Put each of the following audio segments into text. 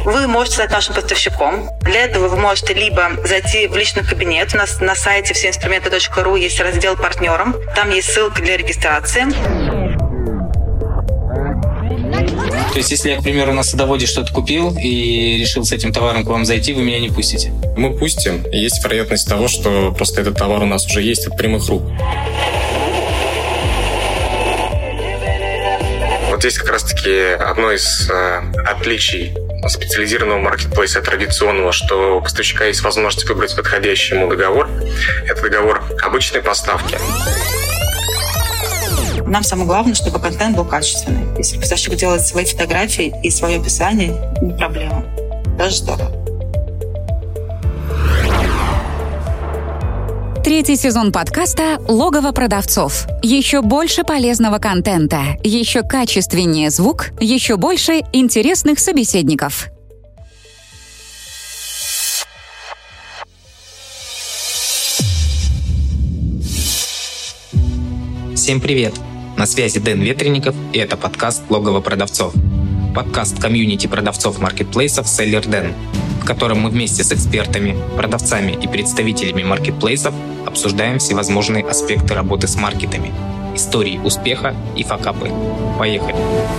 Вы можете стать нашим поставщиком. Для этого вы можете либо зайти в личный кабинет. У нас на сайте всеинструменты.ру есть раздел «Партнерам». Там есть ссылка для регистрации. То есть, если я, к примеру, на садоводе что-то купил и решил с этим товаром к вам зайти, вы меня не пустите? Мы пустим. Есть вероятность того, что просто этот товар у нас уже есть от прямых рук. Вот здесь как раз-таки одно из отличий специализированного маркетплейса традиционного, что у поставщика есть возможность выбрать подходящий ему договор. Это договор обычной поставки. Нам самое главное, чтобы контент был качественный. Если поставщик делает свои фотографии и свое описание, не проблема. Даже здорово. 3-й сезон подкаста «Логово продавцов». Еще больше полезного контента, еще качественнее звук, еще больше интересных собеседников. Всем привет! На связи Дэн Ветренников, и это подкаст «Логово продавцов». Подкаст комьюнити продавцов маркетплейсов Seller Den, в котором мы вместе с экспертами, продавцами и представителями маркетплейсов обсуждаем всевозможные аспекты работы с маркетами, истории успеха и факапы. Поехали!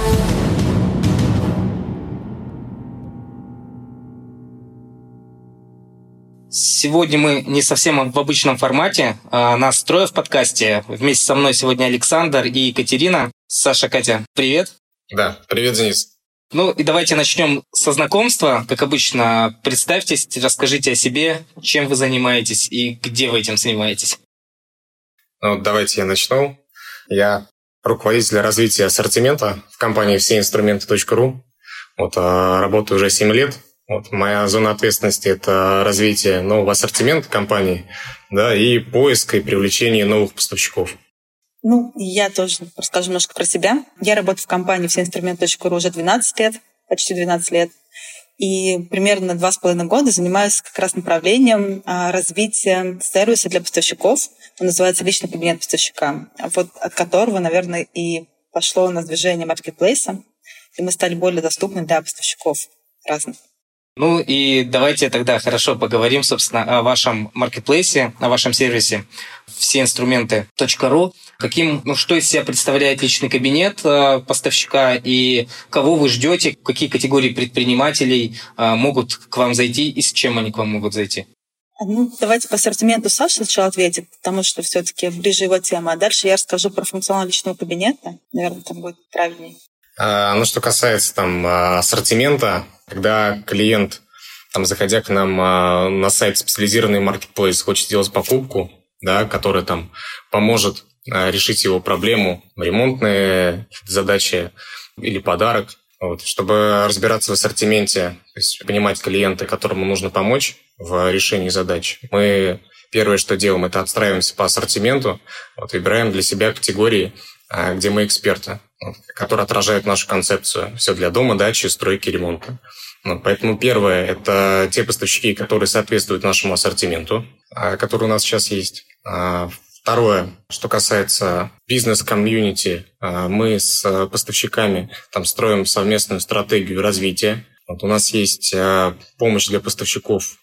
Сегодня мы не совсем в обычном формате. Нас трое в подкасте. Вместе со мной сегодня Александр и Екатерина. Саша, Катя, привет. Да, привет, Денис. Ну и давайте начнем со знакомства. Как обычно, представьтесь, расскажите о себе, чем вы занимаетесь и где вы этим занимаетесь. Ну, давайте я начну. Я руководитель развития ассортимента в компании всеинструменты.ру. Работаю уже 7 лет. Моя зона ответственности – это развитие нового ассортимента компании, да, и поиск и привлечение новых поставщиков. Я тоже расскажу немножко про себя. Я работаю в компании всеинструменты.ру уже 12 лет, почти 12 лет. И примерно 2,5 года занимаюсь как раз направлением развития сервиса для поставщиков. Он называется «Личный кабинет поставщика», от которого, наверное, и пошло у нас движение маркетплейса, и мы стали более доступны для поставщиков разных. Ну и давайте тогда хорошо поговорим, собственно, о вашем маркетплейсе, о вашем сервисе всеинструменты.ру. Что из себя представляет личный кабинет поставщика и кого вы ждете, какие категории предпринимателей могут к вам зайти и с чем они к вам могут зайти? Давайте по ассортименту Саша сначала ответит, потому что все-таки ближе его тема. А дальше я расскажу про функционал личного кабинета. Наверное, там будет правильнее. Что касается ассортимента, когда клиент, заходя к нам на сайт специализированный маркетплейс, хочет сделать покупку, да, которая поможет решить его проблему, ремонтные задачи или подарок, чтобы разбираться в ассортименте, то есть понимать клиента, которому нужно помочь в решении задач, мы первое, что делаем, это отстраиваемся по ассортименту, выбираем для себя категории, где мы эксперты, которые отражают нашу концепцию. Все для дома, дачи, стройки, ремонта. Поэтому первое – это те поставщики, которые соответствуют нашему ассортименту, который у нас сейчас есть. Второе, что касается бизнес-комьюнити, мы с поставщиками строим совместную стратегию развития. У нас есть помощь для поставщиков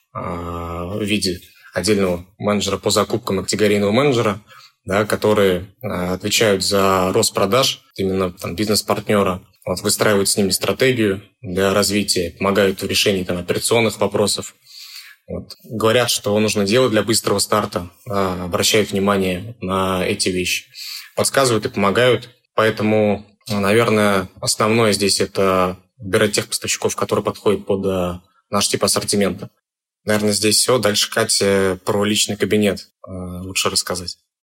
в виде отдельного менеджера по закупкам и категорийного менеджера, да, которые отвечают за рост продаж, именно бизнес-партнера, выстраивают с ними стратегию для развития, помогают в решении операционных вопросов. Говорят, что нужно делать для быстрого старта, обращают внимание на эти вещи, подсказывают и помогают. Поэтому, наверное, основное здесь – это выбирать тех поставщиков, которые подходят под наш тип ассортимента. Наверное, здесь все. Дальше Катя про личный кабинет лучше рассказать.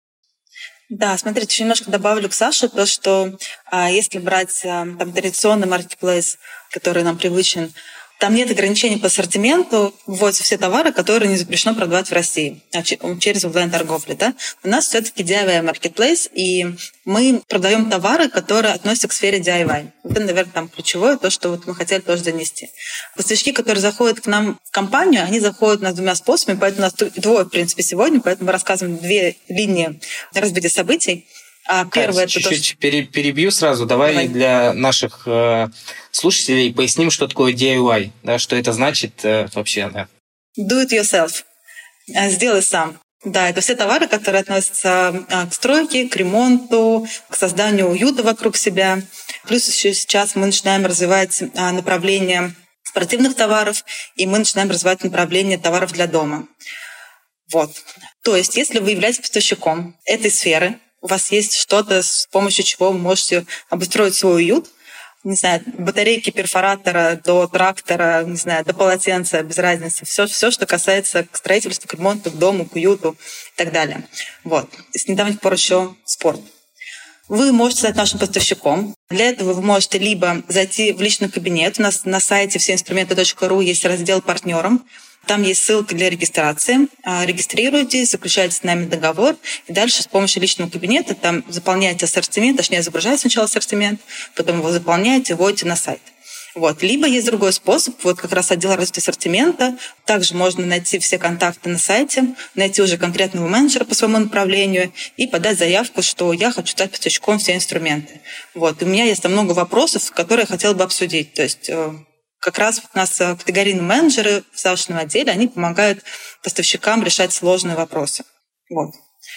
Да, смотрите, еще немножко добавлю к Саше, то, что если брать традиционный маркетплейс, который нам привычен, там нет ограничений по ассортименту, вводятся все товары, которые не запрещено продавать в России через онлайн-торговлю. Да? У нас все-таки DIY маркетплейс, и мы продаем товары, которые относятся к сфере DIY. Это, наверное, ключевое, то, что мы хотели тоже донести. Поставщики, которые заходят к нам в компанию, они заходят у нас двумя способами, поэтому у нас двое, в принципе, сегодня, поэтому мы рассказываем две линии развития событий. Первое, чуть-чуть перебью сразу. Давай для наших слушателей поясним, что такое DIY, да, что это значит вообще. Да. Do it yourself. Сделай сам. Да, это все товары, которые относятся к стройке, к ремонту, к созданию уюта вокруг себя. Плюс еще сейчас мы начинаем развивать направление спортивных товаров, и мы начинаем развивать направление товаров для дома. Вот. То есть, если вы являетесь поставщиком этой сферы, у вас есть что-то, с помощью чего вы можете обустроить свой уют, не знаю, батарейки перфоратора до трактора, не знаю, до полотенца, без разницы. Все, что касается к строительству, к ремонту, к дому, к уюту и так далее. Вот. С недавних пор еще спорт. Вы можете стать нашим поставщиком. Для этого вы можете либо зайти в личный кабинет. У нас на сайте всеинструменты.ру есть раздел «Партнерам». Там есть ссылка для регистрации. Регистрируйтесь, заключаете с нами договор, и дальше с помощью личного кабинета там заполняете ассортимент, точнее, загружаете сначала ассортимент, потом его заполняете, вводите на сайт. Вот. Либо есть другой способ, вот как раз отдел развития ассортимента. Также можно найти все контакты на сайте, найти уже конкретного менеджера по своему направлению и подать заявку, что я хочу стать поставщиком все инструменты. Вот. И у меня есть там много вопросов, которые я хотела бы обсудить. То есть как раз у нас категорийные менеджеры в ставочном отделе, они помогают поставщикам решать сложные вопросы. Вот.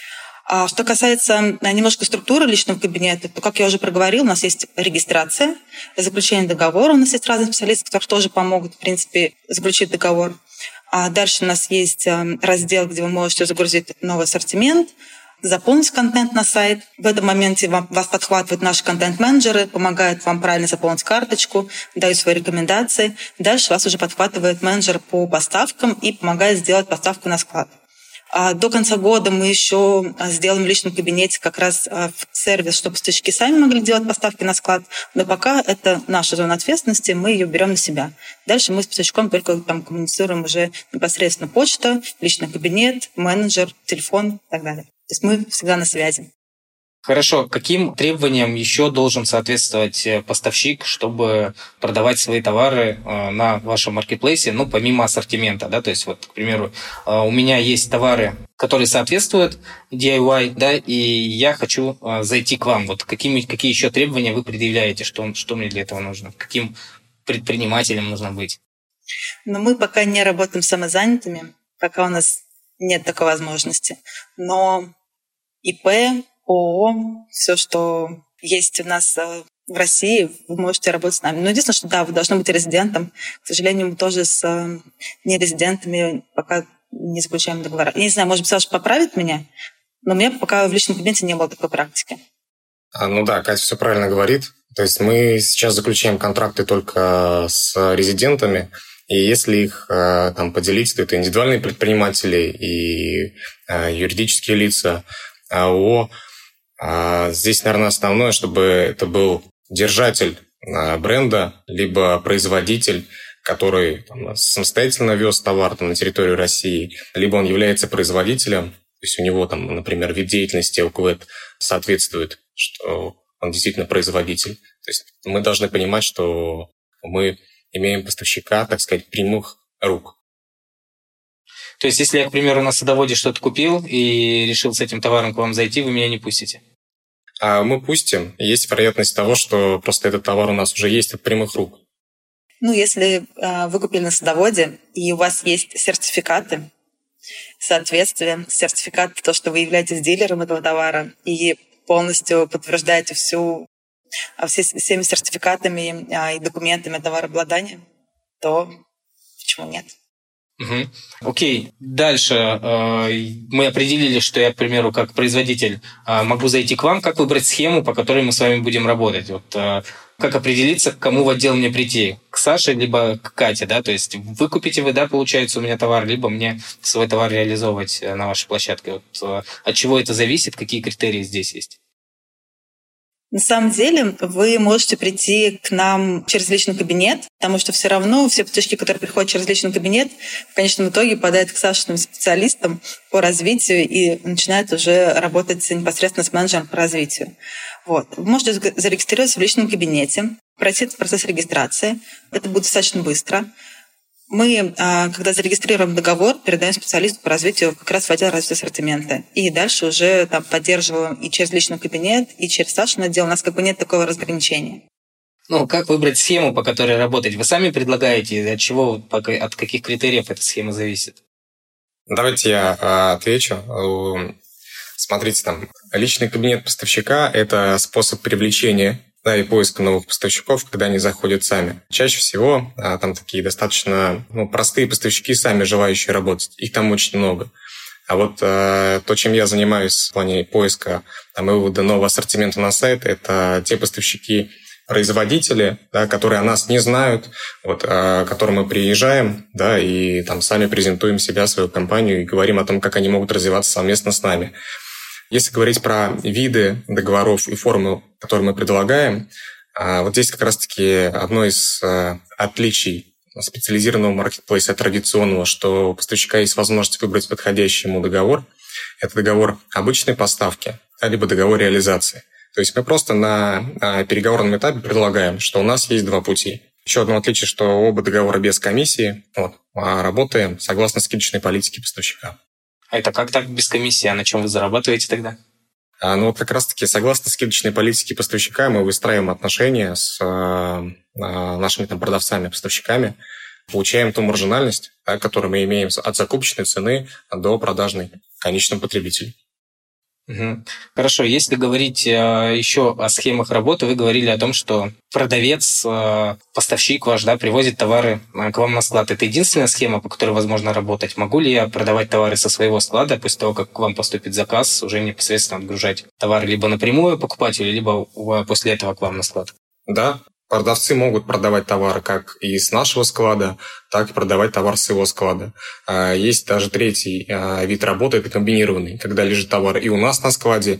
А что касается немножко структуры личного кабинета, то, как я уже проговорила, у нас есть регистрация, заключение договора. У нас есть разные специалисты, которые тоже помогут, в принципе, заключить договор. А дальше у нас есть раздел, где вы можете загрузить новый ассортимент, заполнить контент на сайт. В этом моменте вас подхватывают наши контент-менеджеры, помогают вам правильно заполнить карточку, дают свои рекомендации. Дальше вас уже подхватывает менеджер по поставкам и помогает сделать поставку на склад. До конца года мы еще сделаем в личном кабинете как раз сервис, чтобы поставщики сами могли делать поставки на склад. Но пока это наша зона ответственности, мы ее берем на себя. Дальше мы с поставщиком только там коммуницируем уже непосредственно почта, личный кабинет, менеджер, телефон и так далее. То есть мы всегда на связи. Хорошо. Каким требованиям еще должен соответствовать поставщик, чтобы продавать свои товары на вашем маркетплейсе, ну, помимо ассортимента, да? То есть, вот, к примеру, у меня есть товары, которые соответствуют DIY, да, и я хочу зайти к вам. Вот какие еще требования вы предъявляете, что мне для этого нужно? Каким предпринимателем нужно быть? Но мы пока не работаем с самозанятыми, пока у нас нет такой возможности. Но ИП, ООО, все, что есть у нас в России, вы можете работать с нами. Но единственное, что да, вы должны быть резидентом. К сожалению, мы тоже с нерезидентами пока не заключаем договора. Я не знаю, может быть, Саша поправит меня, но у меня пока в личном кабинете не было такой практики. Ну да, Катя все правильно говорит. То есть мы сейчас заключаем контракты только с резидентами, и если их там поделить, то это индивидуальные предприниматели и юридические лица, ООО. Здесь, наверное, основное, чтобы это был держатель бренда, либо производитель, который там самостоятельно вез товар на территорию России, либо он является производителем, то есть у него, там, например, вид деятельности ОКВЭД соответствует, что он действительно производитель. То есть мы должны понимать, что мы имеем поставщика, так сказать, прямых рук. То есть, если я, к примеру, на садоводе что-то купил и решил с этим товаром к вам зайти, вы меня не пустите? Мы пустим. Есть вероятность того, что просто этот товар у нас уже есть от прямых рук. Ну, если вы купили на садоводе, и у вас есть сертификаты соответствия, сертификат, то, что вы являетесь дилером этого товара, и полностью подтверждаете всеми сертификатами и документами товарообладания, то почему нет? Угу. Окей. Дальше мы определили, что я, к примеру, как производитель могу зайти к вам. Как выбрать схему, по которой мы с вами будем работать? Вот, как определиться, к кому в отдел мне прийти? К Саше, либо к Кате, да? То есть вы купите, да, получается, у меня товар, либо мне свой товар реализовывать на вашей площадке. Вот, от чего это зависит? Какие критерии здесь есть? На самом деле вы можете прийти к нам через личный кабинет, потому что все равно все поставщики, которые приходят через личный кабинет, в конечном итоге попадают к Сашиным специалистам по развитию и начинают уже работать непосредственно с менеджером по развитию. Вот. Вы можете зарегистрироваться в личном кабинете, пройти этот процесс регистрации. Это будет достаточно быстро. Мы, когда зарегистрируем договор, передаем специалисту по развитию как раз в отдел развития ассортимента. И дальше уже там поддерживаем и через личный кабинет, и через Сашин отдел. У нас как бы нет такого разграничения. Как выбрать схему, по которой работать? Вы сами предлагаете? От чего, от каких критериев эта схема зависит? Давайте я отвечу. Смотрите, личный кабинет поставщика – это способ привлечения и поиска новых поставщиков, когда они заходят сами. Чаще всего там такие достаточно простые поставщики, сами желающие работать. Их там очень много. А вот то, чем я занимаюсь в плане поиска и вывода нового ассортимента на сайт, это те поставщики, производители, которые о нас не знают, к которым мы приезжаем, и сами презентуем себя, свою компанию и говорим о том, как они могут развиваться совместно с нами. Если говорить про виды договоров и формы, которые мы предлагаем, здесь как раз-таки одно из отличий специализированного маркетплейса традиционного, что у поставщика есть возможность выбрать подходящий ему договор. Это договор обычной поставки, либо договор реализации. То есть мы просто на переговорном этапе предлагаем, что у нас есть два пути. Еще одно отличие, что оба договора без комиссии, работаем согласно скидочной политике поставщика. А это как так без комиссии? А на чем вы зарабатываете тогда? Как раз-таки согласно скидочной политике поставщика мы выстраиваем отношения с нашими продавцами, поставщиками, получаем ту маржинальность, которую мы имеем от закупочной цены до продажной конечному потребителю. Хорошо, если говорить еще о схемах работы, вы говорили о том, что продавец, поставщик ваш, привозит товары к вам на склад. Это единственная схема, по которой возможно работать? Могу ли я продавать товары со своего склада, после того, как к вам поступит заказ, уже непосредственно отгружать товары либо напрямую покупателю, либо после этого к вам на склад? Да. Продавцы могут продавать товары как и с нашего склада, так и продавать товар с его склада. Есть даже третий вид работы, это комбинированный, когда лежит товар и у нас на складе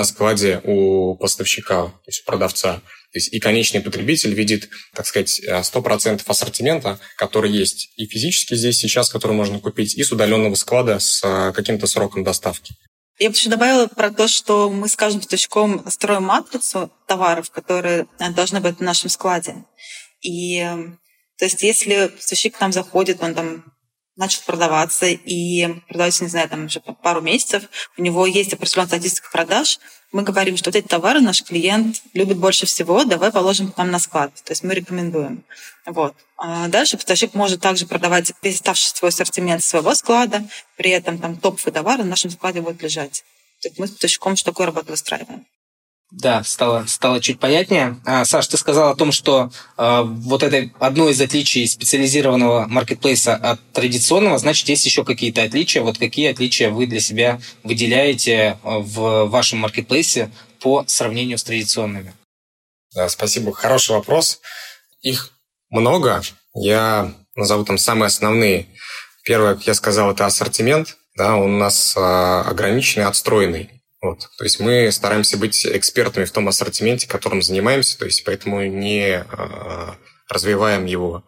у поставщика, то есть у продавца. То есть и конечный потребитель видит, 100% ассортимента, который есть и физически здесь сейчас, который можно купить, и с удаленного склада с каким-то сроком доставки. Я бы еще добавила про то, что мы с каждым поставщиком строим матрицу товаров, которые должны быть в нашем складе. И то есть если поставщик к нам заходит, он начал продаваться и продается, уже пару месяцев, у него есть определенная статистика продаж, мы говорим, что эти товары наш клиент любит больше всего, давай положим к нам на склад. То есть мы рекомендуем. А дальше поставщик может также продавать весь оставшийся свой ассортимент своего склада, при этом топовые товары на нашем складе будут лежать. То есть мы с поставщиком такую работу выстраиваем. Да, стало чуть понятнее. Саш, ты сказал о том, что это одно из отличий специализированного маркетплейса от традиционного, значит, есть еще какие-то отличия. Какие отличия вы для себя выделяете в вашем маркетплейсе по сравнению с традиционными? Да, спасибо. Хороший вопрос. Их много. Я назову самые основные. Первое, как я сказал, это ассортимент. Да, он у нас ограниченный, отстроенный. То есть мы стараемся быть экспертами в том ассортименте, которым занимаемся, то есть поэтому не развиваем его,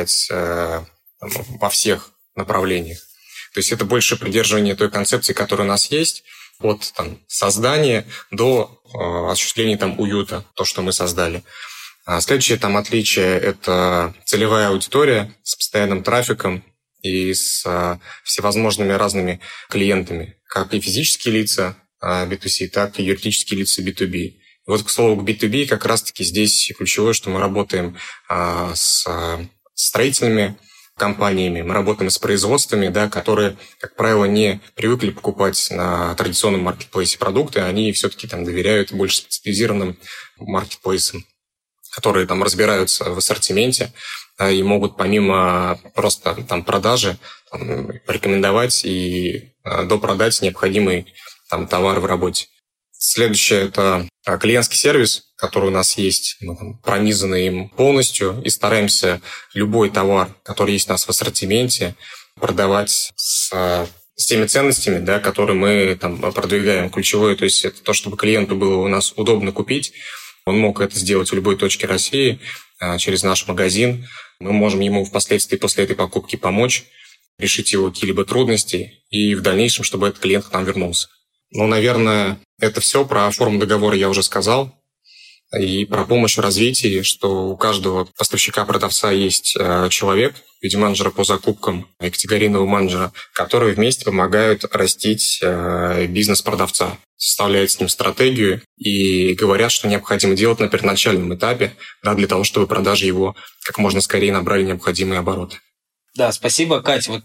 во всех направлениях. То есть это больше придерживание той концепции, которая у нас есть, от создания до осуществления уюта, то, что мы создали. Следующее отличие – это целевая аудитория с постоянным трафиком и с всевозможными разными клиентами, как и физические лица, B2C, так и юридические лица B2B. К слову, к B2B как раз-таки здесь ключевое, что мы работаем с строительными компаниями, мы работаем с производствами, которые, как правило, не привыкли покупать на традиционном маркетплейсе продукты, они все-таки доверяют больше специализированным маркетплейсам, которые разбираются в ассортименте и могут помимо просто продажи порекомендовать и допродать необходимый товар в работе. Следующее – это клиентский сервис, который у нас есть. Мы пронизаны им полностью и стараемся любой товар, который есть у нас в ассортименте, продавать с теми ценностями, которые мы продвигаем. Ключевое, то есть это то, чтобы клиенту было у нас удобно купить. Он мог это сделать в любой точке России через наш магазин. Мы можем ему впоследствии после этой покупки помочь, решить его какие-либо трудности и в дальнейшем, чтобы этот клиент к нам вернулся. Наверное, это все. Про форму договора я уже сказал. и про помощь в развитии, что у каждого поставщика-продавца есть человек в виде менеджера по закупкам и категорийного менеджера, которые вместе помогают растить бизнес продавца, составляют с ним стратегию и говорят, что необходимо делать на первоначальном этапе, да, для того, чтобы продажи его как можно скорее набрали необходимые обороты. Да, спасибо, Кать. Вот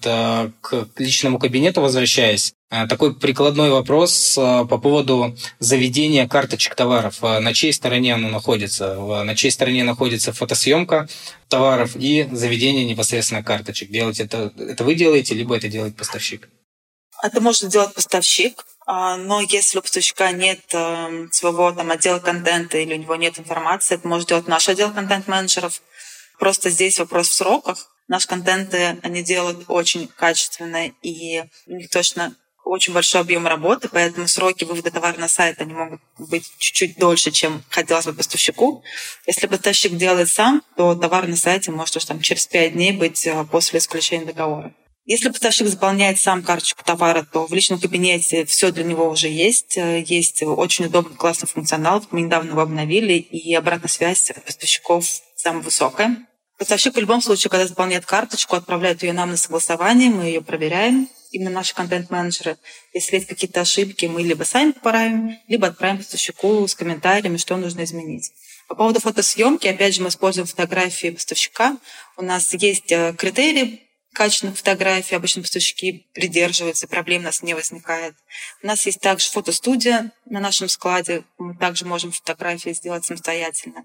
к личному кабинету возвращаясь, такой прикладной вопрос по поводу заведения карточек товаров. На чьей стороне оно находится? На чьей стороне находится фотосъемка товаров и заведение непосредственно карточек? Делать это вы делаете, либо это делает поставщик? Это может делать поставщик, но если у поставщика нет своего отдела контента или у него нет информации, это может делать наш отдел контент-менеджеров. Просто здесь вопрос в сроках. Наши контенты они делают очень качественно, и у них точно очень большой объем работы, поэтому сроки вывода товара на сайт они могут быть чуть-чуть дольше, чем хотелось бы поставщику. Если поставщик делает сам, то товар на сайте может уже через 5 дней быть после заключения договора. Если поставщик заполняет сам карточку товара, то в личном кабинете все для него уже есть. Есть очень удобный, классный функционал. Мы недавно его обновили, и обратная связь от поставщиков самая высокая. Поставщик в любом случае, когда заполняет карточку, отправляет ее нам на согласование, мы ее проверяем, именно наши контент-менеджеры. Если есть какие-то ошибки, мы либо сами поправим, либо отправим поставщику с комментариями, что нужно изменить. По поводу фотосъемки, опять же, мы используем фотографии поставщика. У нас есть критерии качественных фотографий, обычно поставщики придерживаются, проблем у нас не возникает. У нас есть также фотостудия на нашем складе, мы также можем фотографии сделать самостоятельно.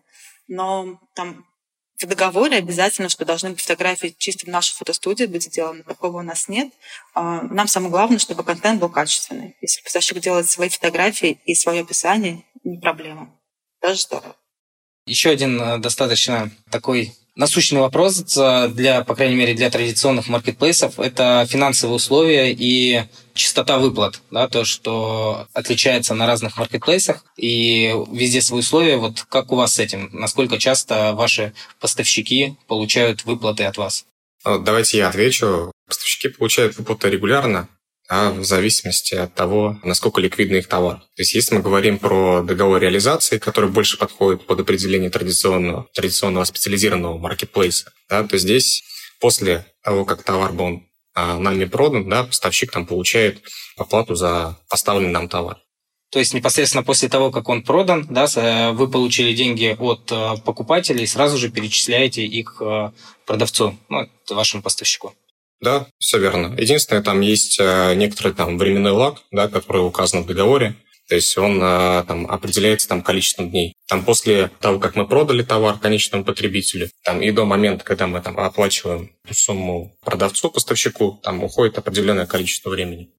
Но там в договоре обязательно, что должны быть фотографии чисто в нашей фотостудии быть сделаны. Такого у нас нет. Нам самое главное, чтобы контент был качественный. Если поставщик делает свои фотографии и свое описание, не проблема. Даже здорово. Еще один достаточно такой насущный вопрос для, по крайней мере, для традиционных маркетплейсов – это финансовые условия и частота выплат. Да, то, что отличается на разных маркетплейсах, и везде свои условия. Вот как у вас с этим? Насколько часто ваши поставщики получают выплаты от вас? Давайте я отвечу. Поставщики получают выплаты регулярно, в зависимости от того, насколько ликвидный их товар. То есть если мы говорим про договор реализации, который больше подходит под определение традиционного специализированного маркетплейса, да, то здесь после того, как товар был нами продан, да, поставщик там получает оплату за поставленный нам товар. То есть непосредственно после того, как он продан, да, вы получили деньги от покупателей и сразу же перечисляете их продавцу, вашему поставщику. Да, все верно. Единственное, там есть некоторый временной лаг, да, который указан в договоре. То есть он определяется количеством дней. После того, как мы продали товар конечному потребителю, и до момента, когда мы оплачиваем эту сумму продавцу, поставщику, уходит определенное количество времени.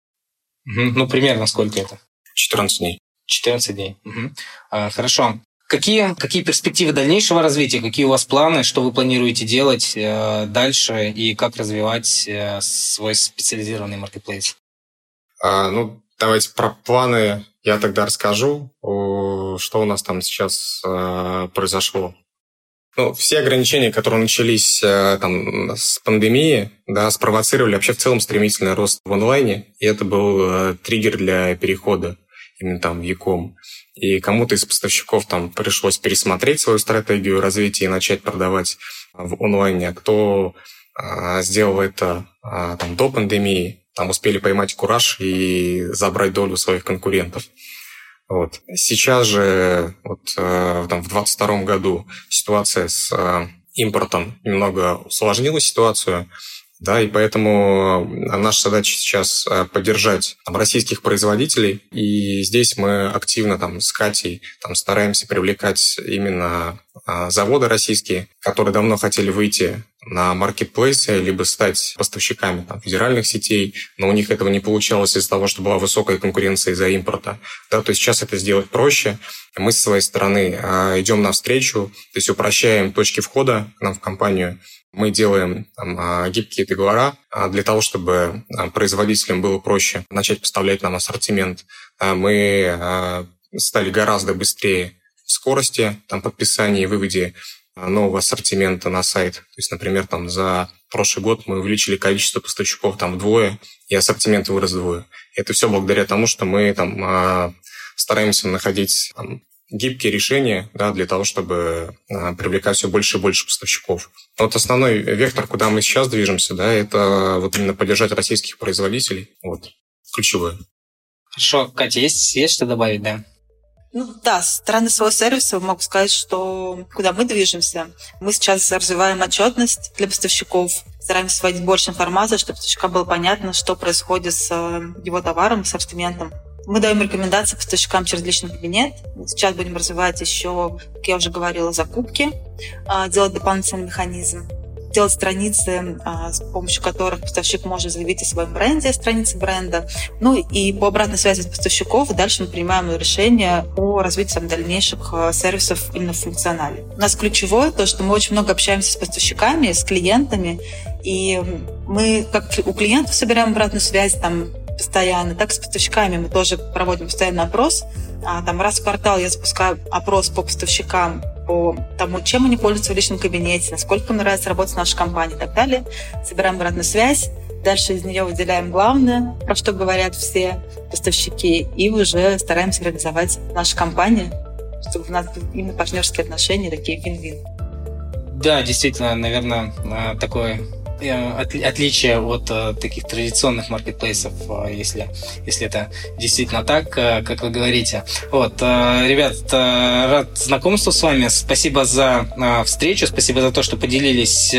Примерно сколько это? 14 дней. 14 дней. Хорошо. Какие перспективы дальнейшего развития? Какие у вас планы? Что вы планируете делать дальше? И как развивать свой специализированный маркетплейс? Давайте про планы я тогда расскажу, что у нас там сейчас произошло. Все ограничения, которые начались с пандемии, да, спровоцировали вообще в целом стремительный рост в онлайне. И это был триггер для перехода именно в e-com. И кому-то из поставщиков пришлось пересмотреть свою стратегию развития и начать продавать в онлайне. А кто сделал это до пандемии, успели поймать кураж и забрать долю своих конкурентов. Сейчас же, в 2022 году ситуация с импортом немного усложнила ситуацию, да, и поэтому наша задача сейчас поддержать российских производителей, и здесь мы активно с Катей стараемся привлекать именно заводы российские, которые давно хотели выйти на маркетплейсы, либо стать поставщиками федеральных сетей, но у них этого не получалось из-за того, что была высокая конкуренция из-за импорта. Да, то есть сейчас это сделать проще. Мы со своей стороны идем навстречу, то есть упрощаем точки входа к нам в компанию. Мы делаем гибкие договора для того, чтобы производителям было проще начать поставлять нам ассортимент. Мы стали гораздо быстрее в скорости подписания и выводе нового ассортимента на сайт. То есть, например, за прошлый год мы увеличили количество поставщиков вдвое, и ассортимент вырос вдвое. Это все благодаря тому, что мы стараемся находить гибкие решения, да, для того, чтобы привлекать все больше и больше поставщиков. Вот основной вектор, куда мы сейчас движемся, да, это вот именно поддержать российских производителей. Вот, ключевое. Хорошо. Катя, есть что добавить, да? Да, со стороны своего сервиса могу сказать, что куда мы движемся. Мы сейчас развиваем отчетность для поставщиков, стараемся вводить больше информации, чтобы поставщику было понятно, что происходит с его товаром, с ассортиментом. Мы даем рекомендации поставщикам через личный кабинет. Сейчас будем развивать еще, как я уже говорила, закупки, делать дополнительный механизм, делать страницы, с помощью которых поставщик может заявить о своем бренде, страницы бренда. И по обратной связи от поставщиков дальше мы принимаем решение о развитии дальнейших сервисов именно в функционале. У нас ключевое то, что мы очень много общаемся с поставщиками, с клиентами, и мы как у клиентов собираем обратную связь постоянно, так и с поставщиками мы тоже проводим постоянный опрос. Раз в квартал я запускаю опрос по поставщикам, по тому, чем они пользуются в личном кабинете, насколько им нравится работать в нашей компании и так далее. Собираем обратную связь, дальше из нее выделяем главное, про что говорят все поставщики, и уже стараемся реализовать нашу компанию, чтобы у нас были именно партнерские отношения, такие вин-вин. Да, действительно, наверное, такое отличие от таких традиционных маркетплейсов, если это действительно так, как вы говорите. Ребят, рад знакомству с вами. Спасибо за встречу, спасибо за то, что поделились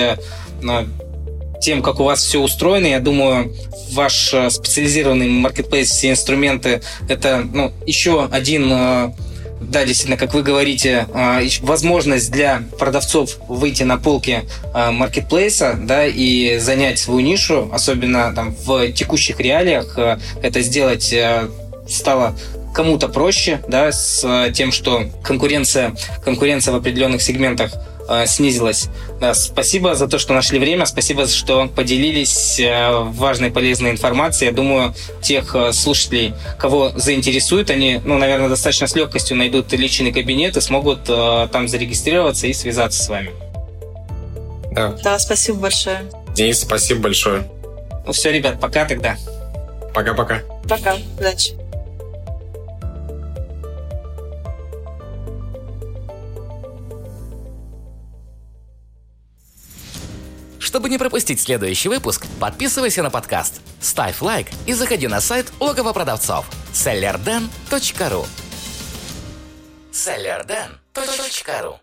тем, как у вас все устроено. Я думаю, ваш специализированный маркетплейс, все инструменты, это еще один... Да, действительно, как вы говорите, возможность для продавцов выйти на полки маркетплейса, да, и занять свою нишу, особенно в текущих реалиях, это сделать стало кому-то проще, да, с тем, что конкуренция в определенных сегментах снизилась. Да, спасибо за то, что нашли время, спасибо, что поделились важной, полезной информацией. Я думаю, тех слушателей, кого заинтересует, они, наверное, достаточно с легкостью найдут личный кабинет и смогут там зарегистрироваться и связаться с вами. Да, спасибо большое. Денис, спасибо большое. Все, ребят, пока тогда. Пока-пока. Пока, удачи. Чтобы не пропустить следующий выпуск, подписывайся на подкаст, ставь лайк и заходи на сайт Логово продавцов sellerden.ru sellerden.ru